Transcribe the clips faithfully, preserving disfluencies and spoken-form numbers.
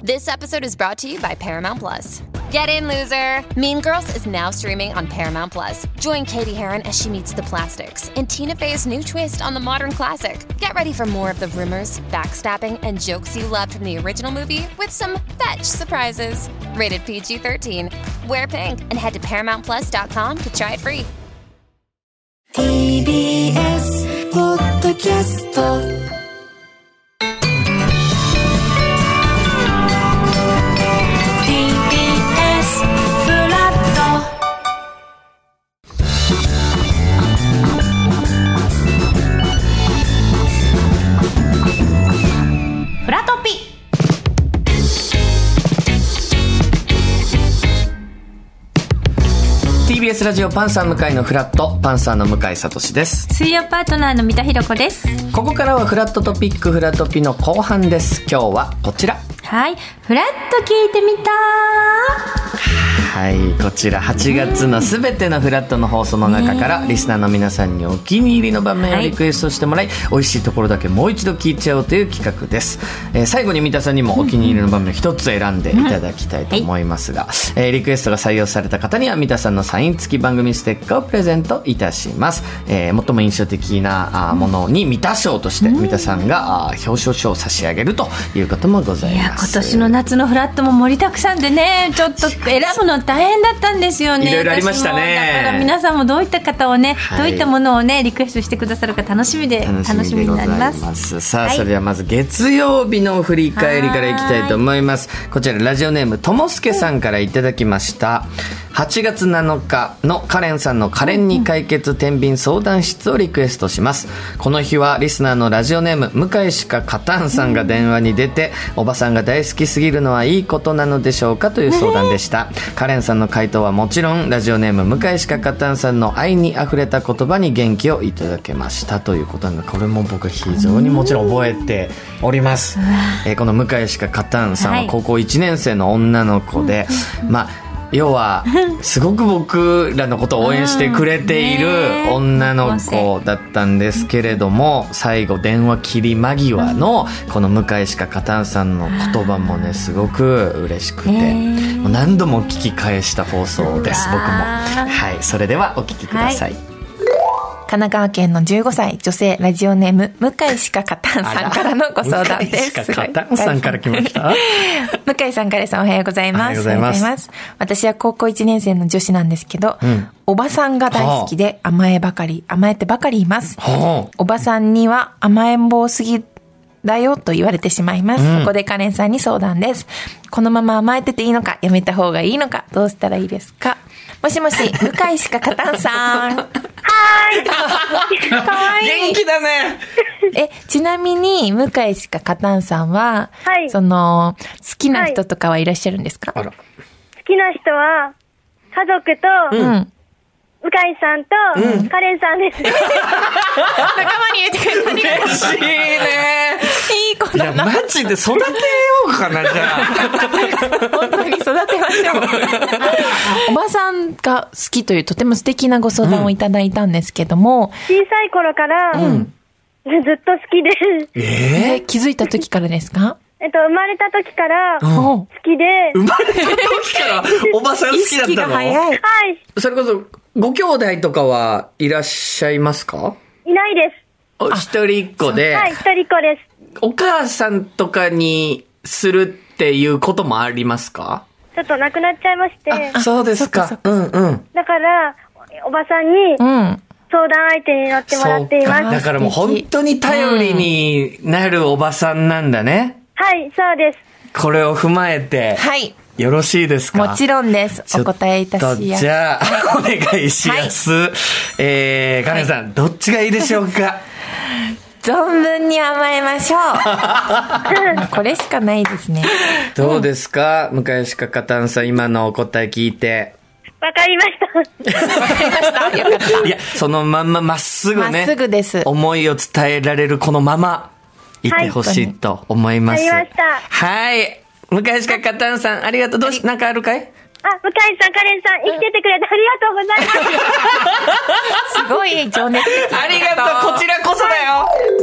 This episode is brought to you by Paramount Plus. Get in, loser! Mean Girls is now streaming on Paramount Plus. Join Katie Heron as she meets the plastics in Tina Fey's new twist on the modern classic. Get ready for more of the rumors, backstabbing, and jokes you loved from the original movie with some fetch surprises. Rated P G thirteen. Wear pink and head to paramount plus dot com to try it free. ティービーエス ポッドキャストフラトピ。 ティービーエス ラジオパンサー向井のフラット、パンサーの向井聡です。 水曜パートナーの三田寛子です。 ここからはフラットトピック、フラトピの後半です。今日はこちら。 はい、フラッと聞いてみた。 はい、こちらはちがつのすべてのフラットの放送の中からリスナーの皆さんにお気に入りの場面をリクエストしてもらい、はい、美味しいところだけもう一度聞いちゃおうという企画です、えー、最後に三田さんにもお気に入りの場面を一つ選んでいただきたいと思いますが、うんはいえー、リクエストが採用された方には三田さんのサイン付き番組ステッカーをプレゼントいたします、えー、最も印象的なあものに三田賞として三田さんがあ表彰書を差し上げるということもございます。 いや今年の夏のフラットも盛りだくさんでね、ちょっと選ぶの大変だったんですよね。 いろいろありましたね。 だから皆さんもどういった方をね、 はい、 どういったものをねリクエストしてくださるか楽しみで楽しみになります。 さあ、 はい、 それではまず月曜日の振り返りからいきたいと思います。こちらラジオネームともすけさんからいただきました。はちがつなのかのカレンさんのカレンに解決天秤相談室をリクエストします。この日はリスナーのラジオネーム向井しかカタンさんが電話に出て、おばさんが大好きすぎるのはいいことなのでしょうかという相談でした。カレンさんの回答はもちろんラジオネーム向井しかカタンさんの愛にあふれた言葉に元気をいただけましたということなので、これも僕非常にもちろん覚えております、えー、この向井しかカタンさんは高校いちねん生の女の子で、はいまあ要はすごく僕らのことを応援してくれている女の子だったんですけれども、最後電話切り間際のこの向井しかカタンさんの言葉もねすごく嬉しくて、もう何度も聞き返した放送です僕も。はい、それではお聞きください。はい、 神奈川県のじゅうごさい女性ラジオネーム向井しかカタンさんからのご相談です。 向井しかカタンさんから来ました向井さんカレンさんおはようございます。おはようございます。私は高校いちねん生の女子なんですけど、うん、おばさんが大好きで甘えばかり甘えてばかりいます、はあ、おばさんには甘えん坊すぎだよと言われてしまいます、うん、そこでカレンさんに相談です。このまま甘えてていいのかやめた方がいいのかどうしたらいいですか。もしもし向井しかカタンさんはーいかわいい元気だねえちなみに向井しかカタンさんは、 はい、 その好きな人とかはいらっしゃるんですか。 あら好きな人は家族と、うん向井さんと、うん、カレンさんです。仲間に入れてくれてありがとう。 嬉しいね。 いい子だな。 いやマジで育てようかなじゃあ。 本当に育てましょう。おばさんが好きというとても素敵なご相談をいただいたんですけども、 うん、小さい頃から、うん、ずっと好きで、 えー、気づいた時からですか。 えっと、生まれた時から好きで、 うん、生まれた時からおばさん好きだったの。意識が早い。 はい。 それこそご兄弟とかはいらっしゃいますか。 いないです。 お一人っ子で。 はい、一人っ子です。 お母さんとかにするっていうこともありますか。 ちょっと亡くなっちゃいまして。 あ、そうですか。うんうん。 だからおばさんに、うん相談相手になってもらっています。 だからもう本当に頼りになるおばさんなんだね。 はい、そうです。 これを踏まえて、はい、よろしいですか。 もちろんです。お答えいたしやす。 じゃあ、お願いします。はい、えー、カレンさん、はい、どっちがいいでしょうか。 存分に甘えましょう。これしかないですね。 どうですか、うん、向井しかカタンさん、今のお答え聞いて。 わかりました。わかりました。 よかった。 いや、そのまんままっすぐね。 まっすぐです。 思いを伝えられるこのまま。いてほしいと思います。 はい、ありました。 はい。向井しかカタンさん、ありがとう。どうし、なんかあるかい。 あ、向井さん、カレンさん、生きててくれてありがとうございます。 すごい情熱的。 ありがとう。こちらこそだよ。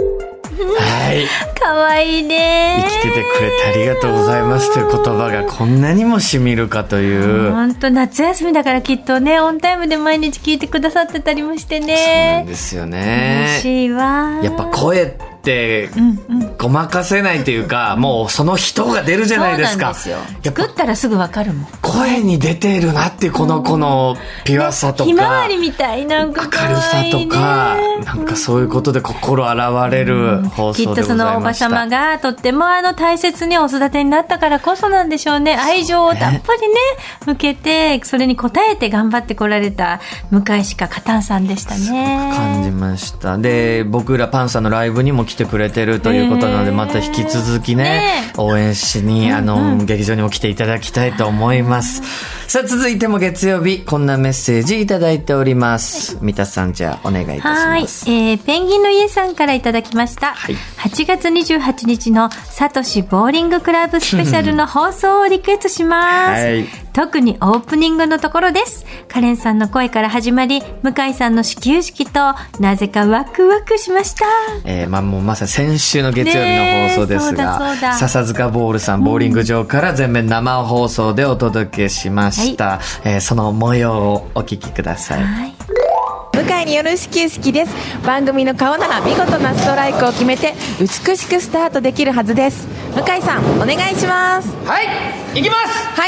はい。 可愛いね。 生きててくれてありがとうございますという言葉がこんなにも染みるかという。 本当夏休みだからきっとね、オンタイムで毎日聞いてくださってたりもしてね。 そうなんですよね。 嬉しいわ。 やっぱ声ってごまかせないというか、もうその人が出るじゃないですか。 そうなんですよ。作ったらすぐわかるもん。 声に出てるなっていうこの子のピュアさとか、 ひまわりみたいなんか明るさとか、なんかそういうことで心洗われる放送でございました。 きっとそのおばさまがとってもあの大切にお育てになったからこそなんでしょうね。愛情をたっぷりね向けて、それに応えて頑張ってこられた向井しかかたんさんでしたね。 すごく感じました。で、僕らパンさんのライブにも来てくれてるということなので、また引き続きね、ね応援しにあの、うんうん、劇場にも来ていただきたいと思います。さあ続いても月曜日、こんなメッセージいただいております。三田さん、じゃあお願いいたします。 はい、えー、ペンギンの家さんからいただきました。はい、はちがつにじゅうはちにちのサトシボーリングクラブスペシャルの放送をリクエストします。はい、特にオープニングのところです。カレンさんの声から始まり、向井さんの始球式となぜかワクワクしました。 えー、まあもうまさに先週の月曜日の放送ですが、笹塚ボールさんボーリング場から全面生放送でお届けしました。はい、えー、その模様をお聞きください。はい、 向井による始球式です。番組の顔なら見事なストライクを決めて美しくスタートできるはずです。向井さんお願いします。 はい、行きます。 はい。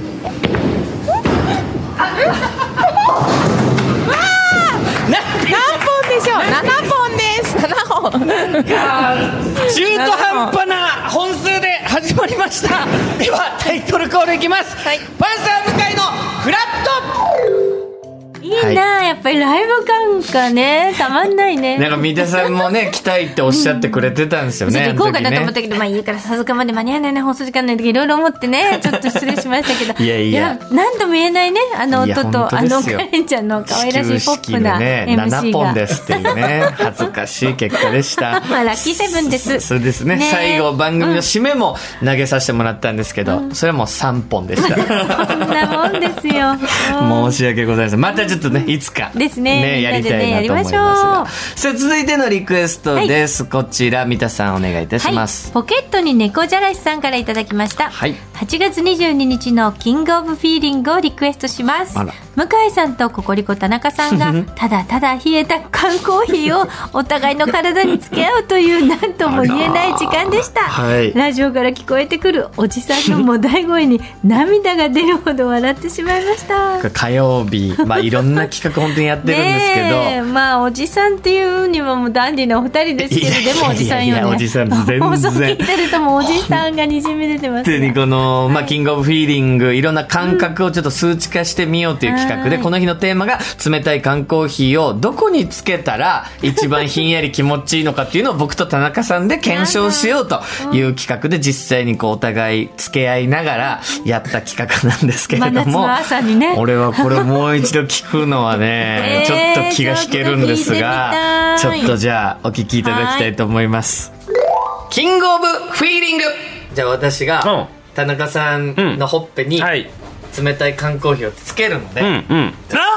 わー、何本でしょう。ななほんです。ななほん。 中途半端な本数で始まりました。ではタイトルコールいきます。はい、パンサー向井のフラット。 いいな、はい、やっぱりライブ感がねたまんないね。 なんか三田さんもね来たいっておっしゃってくれてたんですよね。 行こうかなと思ったけど、ね、まあいいから笹塚まで間に合わないね、放送時間ない時いろいろ思ってねちょっと失礼しましたけどいやいや何とも言えないね、あの音とあのカレンちゃんの可愛らしいポップな エムシー が、ね、ななぽんですっていうね恥ずかしい結果でしたまあラッキーセブンです。 そうです ね, ね最後番組の締めも投げさせてもらったんですけど、うん、それはもうさんぽんでしたそんなもんですよ申し訳ございません。またちょっとねいつかですね、 ね、やりたいなと思いますが、さあ続いてのリクエストです、はい、こちら三田さんお願いいたします。 はい、ポケットに猫じゃらしさんからいただきました。はい、はちがつにじゅうににちのキングオブフィーリングをリクエストします。向井さんとココリコ田中さんがただただ冷えた缶コーヒーをお互いの体につけ合うという何とも言えない時間でした。はい、ラジオから聞こえてくるおじさんのもだい声に涙が出るほど笑ってしまいました火曜日、まあ、いろんな企画本当にやってるんですけどまあおじさんっていうにはもうダンディーなお二人ですけど、でもおじさんよね。いやいやいやおじさん全然放送聞いてるともうおじさんがにじみ出てます、ね、 本当にこの、まあ、キングオブフィーリングいろんな感覚をちょっと数値化してみようという企画で、うん、この日のテーマが冷たい缶コーヒーをどこにつけたら一番ひんやり気持ちいいのかっていうのを僕と田中さんで検証しようという企画で実際にこうお互い付け合いながらやった企画なんですけれども、 真夏の朝にね、 俺はこれもう一度聞くのはね、えー、ちょっと気が引けるんですが、ちょっとじゃあお聞きいただきたいと思います。キングオブフィーリング。じゃあ私が田中さんのほっぺに冷たい缶コーヒーをつけるので、うんうん、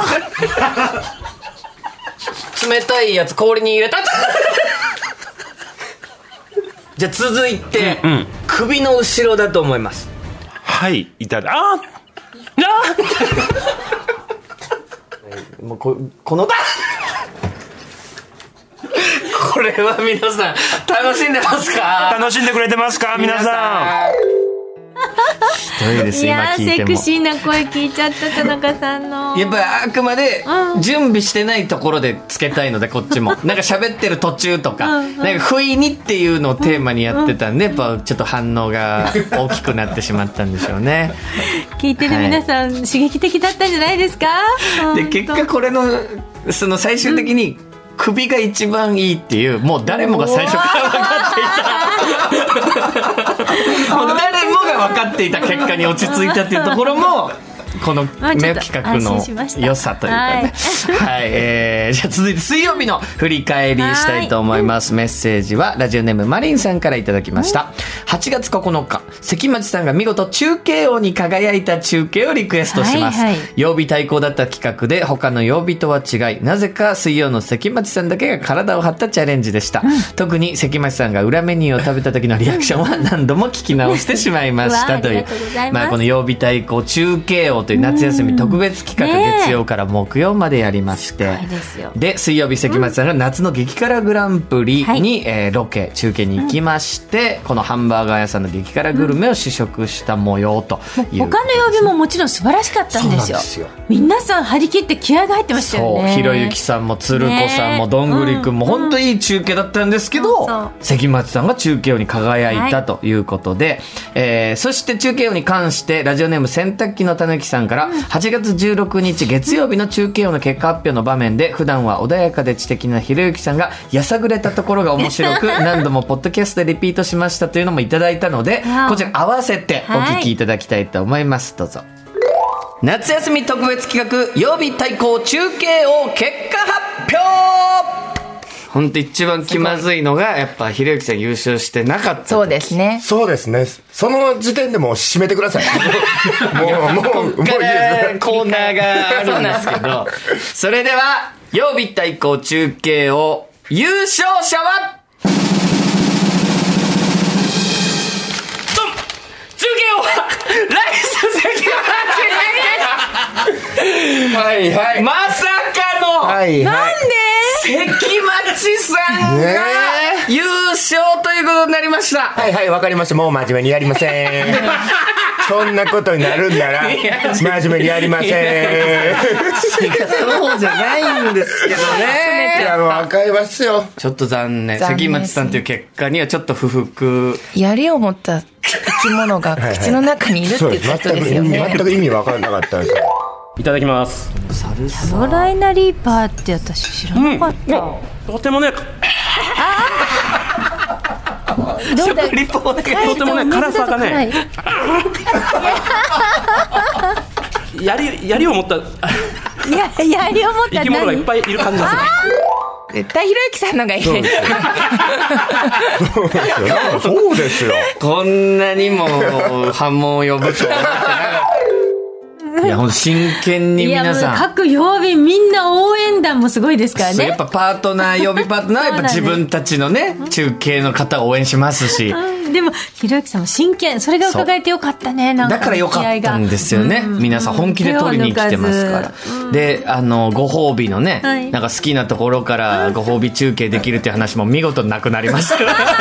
冷たいやつ氷に入れたじゃあ続いて、うんうん、首の後ろだと思います。 はい、いただああもう こ, このこれは皆さん楽しんでますか？ 楽しんでくれてますか皆さん。 ひどいです。 いや今聞いてもセクシーな声聞いちゃった田中さんの。 やっぱりあくまで準備してないところでつけたいのでこっちもなんか喋ってる途中とかなんか不意にっていうのをテーマにやってたんでやっぱちょっと反応が大きくなってしまったんでしょうね。 聞いてる皆さん、はい、刺激的だったんじゃないですか？ で結果これのその最終的に、うん首が一番いいっていうもう誰もが最初から分かっていたもう誰もが分かっていた結果に落ち着いたっていうところもこの、ね、企画の良さというかね。はい、はい、えー、じゃあ続いて水曜日の振り返りしたいと思います。メッセージはラジオネームマリンさんからいただきました。はちがつここのか、関町さんが見事中継王に輝いた中継をリクエストします。はいはい、曜日対抗だった企画で他の曜日とは違い、なぜか水曜の関町さんだけが体を張ったチャレンジでした。うん、特に関町さんが裏メニューを食べた時のリアクションは何度も聞き直してしまいましたという。まあこの曜日対抗中継王という夏休み特別企画、月曜から木曜までやりまして、で水曜日関町さんが夏の激辛グランプリに、うんえー、ロケ中継に行きまして、うん、このハンバーガー屋さんの激辛グルメを試食した模様という、 他の曜日ももちろん素晴らしかったんですよ。そうなんですよ。皆さん張り切って気合が入ってましたよね。 そう、ひろゆきさんも鶴子さんもどんぐりくんも本当にいい中継だったんですけど、うんうん、関町さんが中継王に輝いたということで、はいえー、そして中継王に関してラジオネーム洗濯機のたぬきさんから、うん、はちがつじゅうろくにち月曜日の中継王の結果発表の場面で、普段は穏やかで知的なひろゆきさんがやさぐれたところが面白く何度もポッドキャストでリピートしましたというのもいただいたので、こちら合わせてお聞きいただきたいと思います。どうぞ。夏休み特別企画曜日対抗中継王結果発表。本当一番気まずいのがやっぱひろゆきさん優勝してなかった。 そうですね。 そうですね。その時点でもう締めてください。もうもうこっからコーナーがあるんですけど、それでは曜日対抗中継王優勝者は中継王はライス関町はいはいまさかの、はいはい、なんで関町さんが優勝ということになりました。 はいはいわかりました。もう真面目にやりません。そんなことになるんなら真面目にやりません。 その方じゃないんですけどね。 いやもうわかりますよ。 ちょっと残念。関町さんという結果にはちょっと不服。 槍を持った生き物が口の中にいるっていうことですよね。 全く意味わからなかったです。 いただきます。 キャロライナリーパーって私知らなかった。うん、 とてもね。 どうだ食リポでとてもね辛さがね。槍槍を持ったや槍を持った生き物がいっぱいいる感じですね。 絶対ひろゆきさんのがいいです。 そうですよ。そうですよ。 こんなにも波紋を呼ぶと思ってなかった。いや、ほんと真剣に皆さん。 各曜日みんな応援団もすごいですからね。 やっぱパートナー、曜日パートナーはやっぱ自分たちのね、中継の方を応援しますし。 うん、でも、ひろゆきさんも真剣。それが伺えてよかったね。なんかだからよかったんですよね。うん、皆さん本気で取りに来てますから。うん、で、あの、ご褒美のね、はい、なんか好きなところからご褒美中継できるっていう話も見事なくなりました。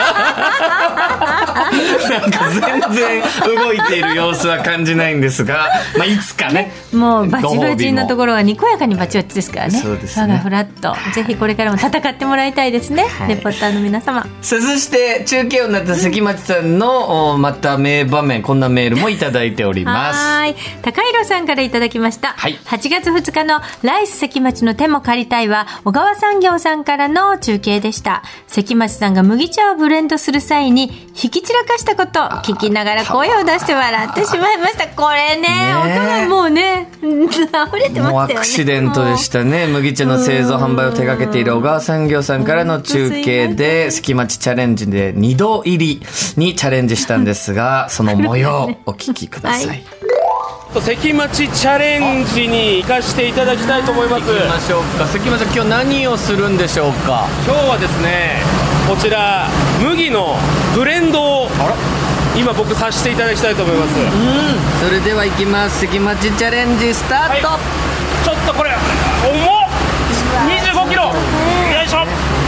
なんか全然動いている様子は感じないんですが、まあ、いつかね、 もうバチバチのところはにこやかにバチバチですからね。 そうですね。 フラットぜひこれからも戦ってもらいたいですね、はい、レポーターの皆様。 そして中継をなった関町さんのまた名場面、こんなメールもいただいております。 はい高弘さんからいただきました、はい、はちがつふつかのライス関町の手も借りたいは小川産業さんからの中継でした。関町さんが麦茶をブレンドする際に引き散らかしたことを聞きながら声を出して笑ってしまいました。これ ね, ね音がもうね溢れてましたよね。 もうアクシデントでしたね。麦茶の製造販売を手掛けている小川産業さんからの中継で関町チャレンジでにど入りにチャレンジしたんですがその模様お聞きください、はい関町チャレンジに行かせていただきたいと思います。 行きましょうか。関町さん今日何をするんでしょうか。 今日はですねこちら麦のブレンドを今僕させていただきたいと思います。 うんそれでは行きます。関町チャレンジスタート、はい、 ちょっとこれ重っにじゅうごキロよいしょ。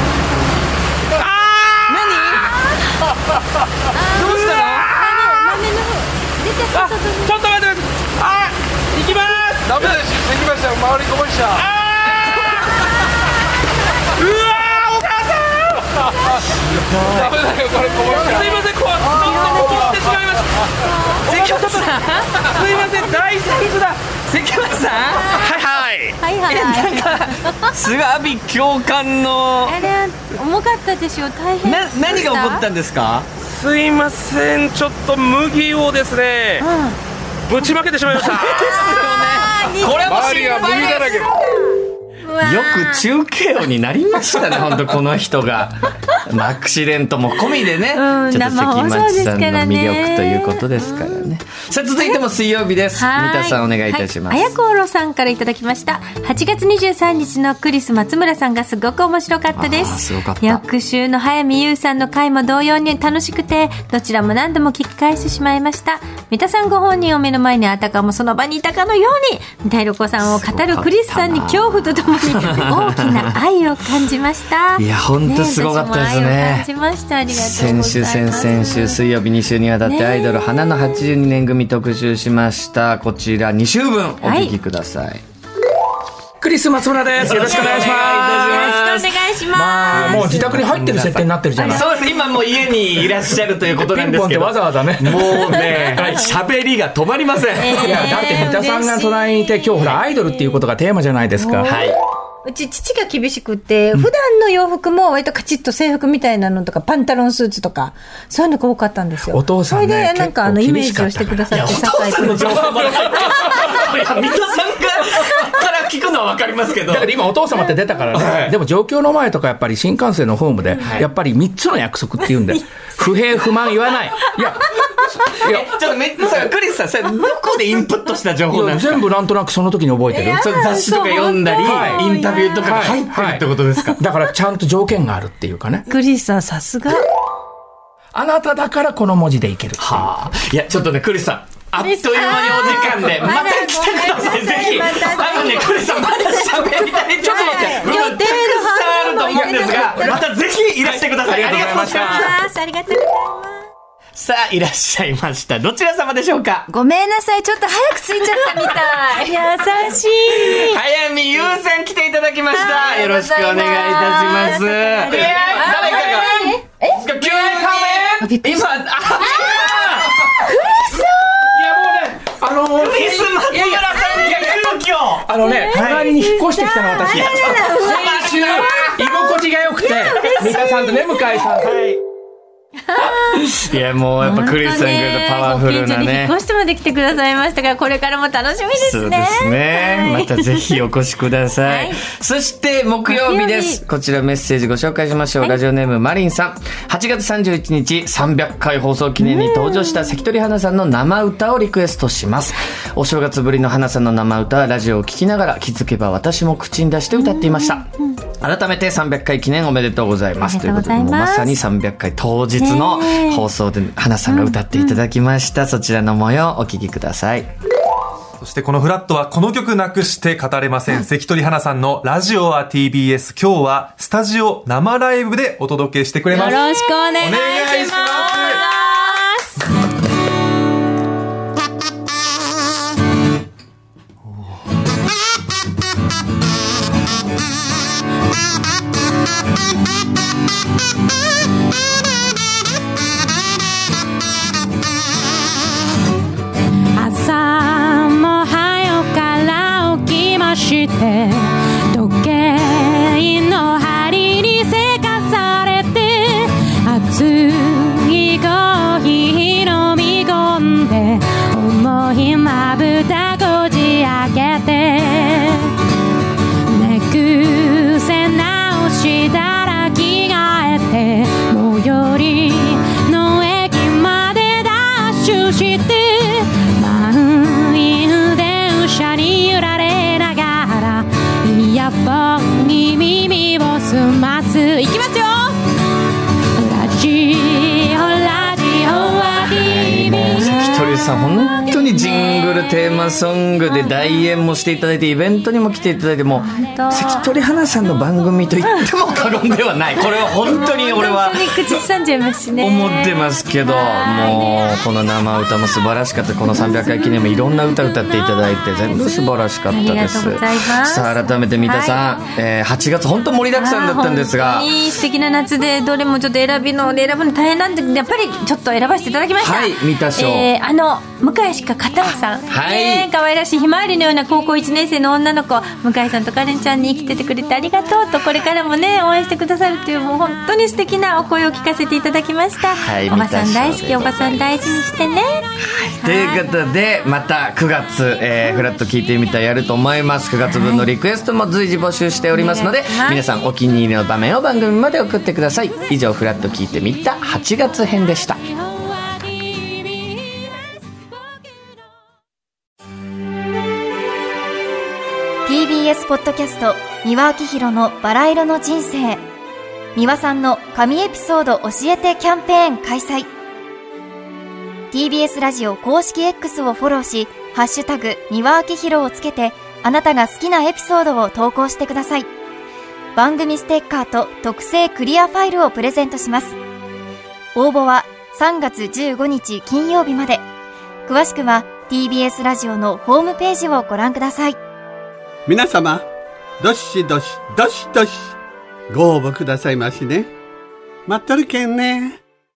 あー何どうしたの。豆の方出ちゃった。 ちょっと待って。あ行きます。ダメです。関町さん回りこぼした。あうわーお母さんダメだよこれこぼした。すいませんこうちょっとこぼしてしまいました。関町さんすいません大サイズだ。 関町さんはいはいはいはいなんかすごい阿鼻教官のあれ重かったでしょ。大変な何が起こったんですか。 すいませんちょっと麦をですね、うんぶちまけてしまいました。 ですよね。これはもう周りが無理だらけ。 よく中継王になりましたね、本当この人が。まあ、アクシデントも込みでね、 うん、 ちょっと関町さんの魅力ということですからね。 うん、 さあ続いても水曜日です。三田さんお願いいたします。 あやこおろさんからいただきました。はちがつにじゅうさんにちのクリス松村さんがすごく面白かったです。 すごかった。 翌週の早見優さんの回も同様に楽しくて、どちらも何度も聞き返してしまいました。三田さんご本人を目の前にあたかもその場にいたかのように、三田寛子さんを語るクリスさんに恐怖とともに大きな愛を感じました。 いや本当すごかったですね。 感じました。ありがとうございます。 先週先々週水曜日に週にわたってアイドル花のはちじゅうにねん組特集しました。こちらに週分お聞きください。はい、 クリス松村です。よろしくお願いします。 よろしくお願いします。 まあもう自宅に入ってる設定になってるじゃない。 そうです。今もう家にいらっしゃるということなんですけど。 ピンポンってわざわざね。 もうね、喋りが止まりません。 えー、いやだって三田さんが隣にいて今日ほらアイドルっていうことがテーマじゃないですか。 はい。 うち父が厳しくって、普段の洋服も割とカチッと制服みたいなのとかパンタロンスーツとかそういうのが多かったんですよ。 お父さんね、 それでなんかあのイメージをしてくださって、 お父さんの情報もいや三田さんがから聞くのは分かりますけど、 だから今お父様って出たからね、はい、でも上京の前とかやっぱり新幹線のホームで、はい、やっぱりみっつの約束って言うんで不平不満言わない。いやいやちょっとめっちゃクリスさんそれどこでインプットした情報なんですか。 全部なんとなくその時に覚えてる。 それ雑誌とか読んだり、はい、インタビューとか入ってるってことですか。 はいはい、だからちゃんと条件があるっていうかね。 クリスさんさすが。あなただからこの文字でいける。 はあ。いやちょっとねクリスさんあっという間にお時間でまた来てください。ぜひあのねクリスさんまだ喋りたい。ちょっと待って予定のたくさんあると思うんですがまたぜひいらしてください。ありがとうございました。 ありがとうございます。 さあいらっしゃいました。どちら様でしょうか。 ごめんなさいちょっと早く着いちゃったみたい。 優しい早見優さん来ていただきました。よろしくお願いいたします。いや誰かがえ急にカメ今ああのー、 クリス松村さんが急遽あのね、隣に引っ越してきたの私。先週居心地が良くて三田さんとね向井さん。はいいやもうやっぱクリスさんがパワフルなね。 引っ越してまで来てくださいましたからこれからも楽しみですね。 そうですね、はい、またぜひお越しください、はい、そして木曜日です。こちらメッセージご紹介しましょう、はい、ラジオネームマリンさん。はちがつさんじゅういちにちさんびゃっかい放送記念に登場した関取花さんの生歌をリクエストします。お正月ぶりの花さんの生歌はラジオを聞きながら気づけば私も口に出して歌っていました。改めてさんびゃっかい記念おめでとうございますということで、もうまさにさんびゃっかい当日の放送で花さんが歌っていただきました、うんうん、そちらの模様お聞きください。 そしてこのフラットはこの曲なくして語れません。関取花さんのラジオは ティービーエス、 今日はスタジオ生ライブでお届けしてくれます。 よろしくお願いします。お願いします。朝も早くから起きまして、時計の針にせかされて、熱いコーヒー飲み込んで、重いまぶたこじ開けて、寝癖直したら着替えて、最寄りの駅までダッシュして、満員電車に揺られながらイヤホンに耳を澄ます。いきますよ。ラジオラジオは ティービーエス。 関取さん本当にジングルテーマソングで代演もしていただいて、イベントにも来ていただいて、もう関取花さんの番組と言っても過言ではない。これは本当に俺は口ずさんじゃいますしね、 思ってますけど、もうこの生歌も素晴らしかった。このさんびゃっかい記念もいろんな歌歌っていただいて全部素晴らしかったです。 ありがとうございます。 さあ改めて三田さん、はい、えー、はちがつ本当盛りだくさんだったんですが、 本当に素敵な夏で、どれもちょっと選びの選ぶの大変なんで、やっぱりちょっと選ばせていただきました。 はい、三田賞、 えー、あのの向井しか勝たんさん、 はい、 ね、可愛らしいひまわりのような高校いちねん生の女の子、向井さんとカレンちゃんに生きててくれてありがとうと、これからもね応援してくださるという、もう本当に素敵なお声を聞かせていただきました、はい、おばさん大好き、おばさん大事にしてね、はい、 ということでまたくがつ、えー、フラット聞いてみたやると思います。くがつぶんのリクエストも随時募集しておりますので、はい、皆さんお気に入りの場面を番組まで送ってください。以上フラット聞いてみたはちがつ編でした。ティービーエス ポッドキャスト三輪明宏のバラ色の人生、三輪さんの神エピソード教えてキャンペーン開催。 ティービーエス ラジオ公式 X をフォローし、ハッシュタグ三輪明宏をつけて、あなたが好きなエピソードを投稿してください。番組ステッカーと特製クリアファイルをプレゼントします。応募はさんがつじゅうごにち金曜日まで。詳しくは ティービーエス ラジオのホームページをご覧ください。 皆様、どしどしどしどしご応募くださいましね。待っとるけんね。